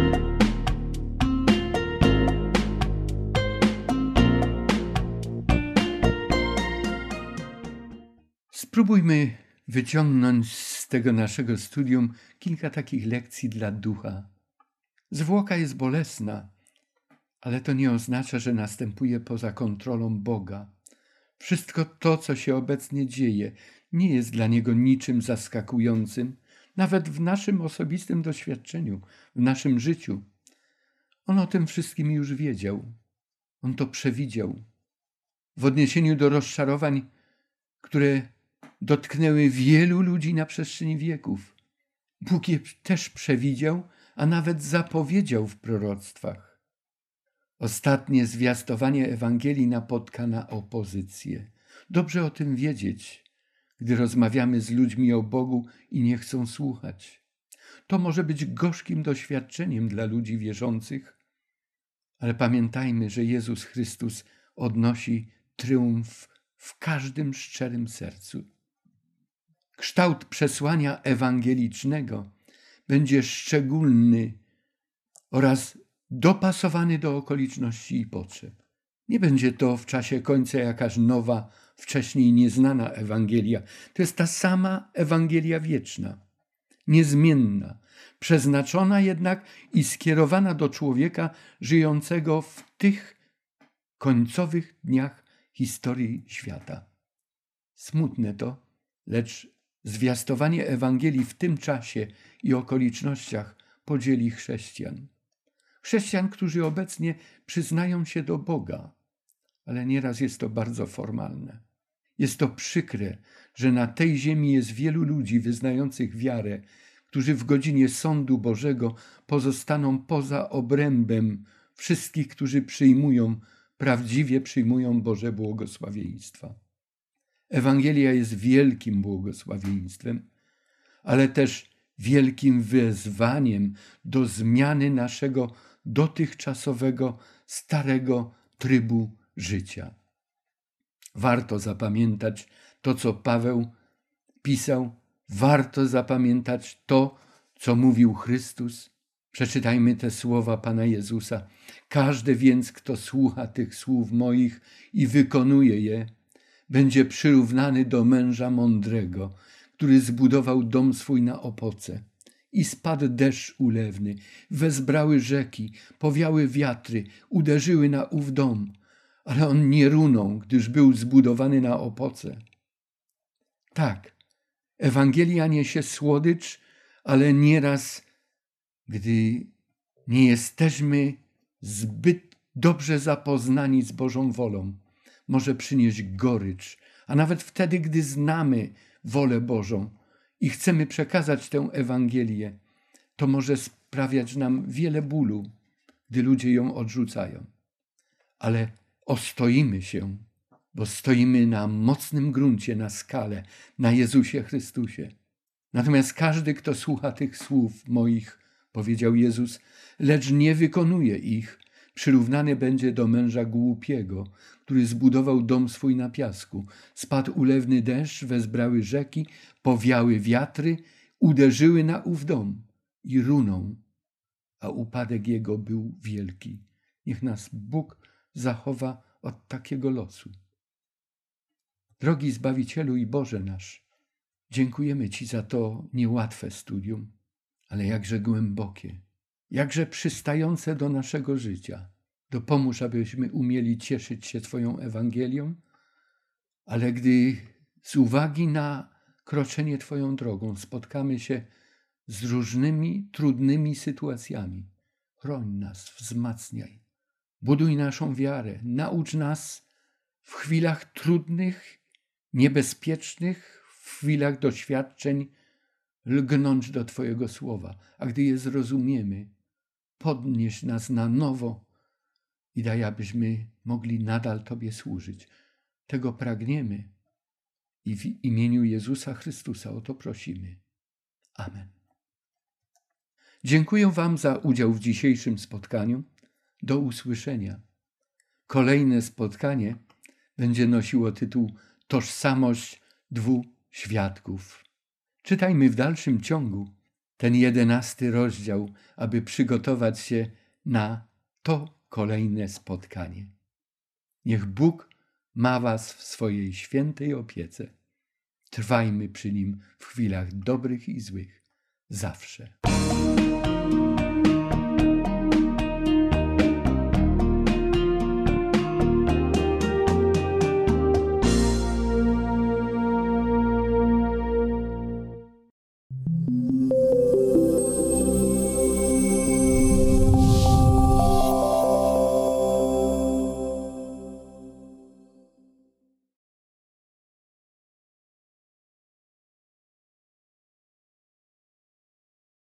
S1: Spróbujmy wyciągnąć z tego naszego studium kilka takich lekcji dla ducha. Zwłoka jest bolesna, ale to nie oznacza, że następuje poza kontrolą Boga. Wszystko to, co się obecnie dzieje, nie jest dla Niego niczym zaskakującym, nawet w naszym osobistym doświadczeniu, w naszym życiu. On o tym wszystkim już wiedział. On to przewidział. W odniesieniu do rozczarowań, które dotknęły wielu ludzi na przestrzeni wieków, Bóg je też przewidział, a nawet zapowiedział w proroctwach. Ostatnie zwiastowanie Ewangelii napotka na opozycję. Dobrze o tym wiedzieć, gdy rozmawiamy z ludźmi o Bogu i nie chcą słuchać. To może być gorzkim doświadczeniem dla ludzi wierzących, ale pamiętajmy, że Jezus Chrystus odnosi triumf w każdym szczerym sercu. Kształt przesłania ewangelicznego będzie szczególny oraz dopasowany do okoliczności i potrzeb. Nie będzie to w czasie końca jakaś nowa, wcześniej nieznana Ewangelia. To jest ta sama Ewangelia wieczna, niezmienna, przeznaczona jednak i skierowana do człowieka żyjącego w tych końcowych dniach historii świata. Smutne to, lecz zwiastowanie Ewangelii w tym czasie i okolicznościach podzieli chrześcijan. Chrześcijan, którzy obecnie przyznają się do Boga, ale nieraz jest to bardzo formalne. Jest to przykre, że na tej ziemi jest wielu ludzi wyznających wiarę, którzy w godzinie sądu Bożego pozostaną poza obrębem wszystkich, którzy przyjmują, prawdziwie przyjmują Boże błogosławieństwa. Ewangelia jest wielkim błogosławieństwem, ale też wielkim wezwaniem do zmiany naszego dotychczasowego, starego trybu życia. Warto zapamiętać to, co Paweł pisał, warto zapamiętać to, co mówił Chrystus. Przeczytajmy te słowa Pana Jezusa. Każdy więc, kto słucha tych słów moich i wykonuje je, będzie przyrównany do męża mądrego, który zbudował dom swój na opoce. I spadł deszcz ulewny, wezbrały rzeki, powiały wiatry, uderzyły na ów dom, ale on nie runął, gdyż był zbudowany na opoce. Tak, Ewangelia niesie słodycz, ale nieraz, gdy nie jesteśmy zbyt dobrze zapoznani z Bożą wolą, może przynieść gorycz, a nawet wtedy, gdy znamy wolę Bożą i chcemy przekazać tę Ewangelię, to może sprawiać nam wiele bólu, gdy ludzie ją odrzucają. Ale ostoimy się, bo stoimy na mocnym gruncie, na skale, na Jezusie Chrystusie. Natomiast każdy, kto słucha tych słów moich, powiedział Jezus, lecz nie wykonuje ich, przyrównany będzie do męża głupiego, który zbudował dom swój na piasku. Spadł ulewny deszcz, wezbrały rzeki, powiały wiatry, uderzyły na ów dom i runął, a upadek jego był wielki. Niech nas Bóg zachowa od takiego losu. Drogi Zbawicielu i Boże nasz, dziękujemy Ci za to niełatwe studium, ale jakże głębokie, jakże przystające do naszego życia. Dopomóż, abyśmy umieli cieszyć się Twoją Ewangelią, ale gdy z uwagi na kroczenie Twoją drogą spotkamy się z różnymi trudnymi sytuacjami, chroń nas, wzmacniaj, buduj naszą wiarę, naucz nas w chwilach trudnych, niebezpiecznych, w chwilach doświadczeń lgnąć do Twojego słowa, a gdy je zrozumiemy, podnieś nas na nowo i daj, abyśmy mogli nadal Tobie służyć. Tego pragniemy i w imieniu Jezusa Chrystusa o to prosimy. Amen. Dziękuję Wam za udział w dzisiejszym spotkaniu. Do usłyszenia. Kolejne spotkanie będzie nosiło tytuł Tożsamość dwóch świadków. Czytajmy w dalszym ciągu ten jedenasty rozdział, aby przygotować się na to kolejne spotkanie. Niech Bóg ma was w swojej świętej opiece. Trwajmy przy Nim w chwilach dobrych i złych, zawsze.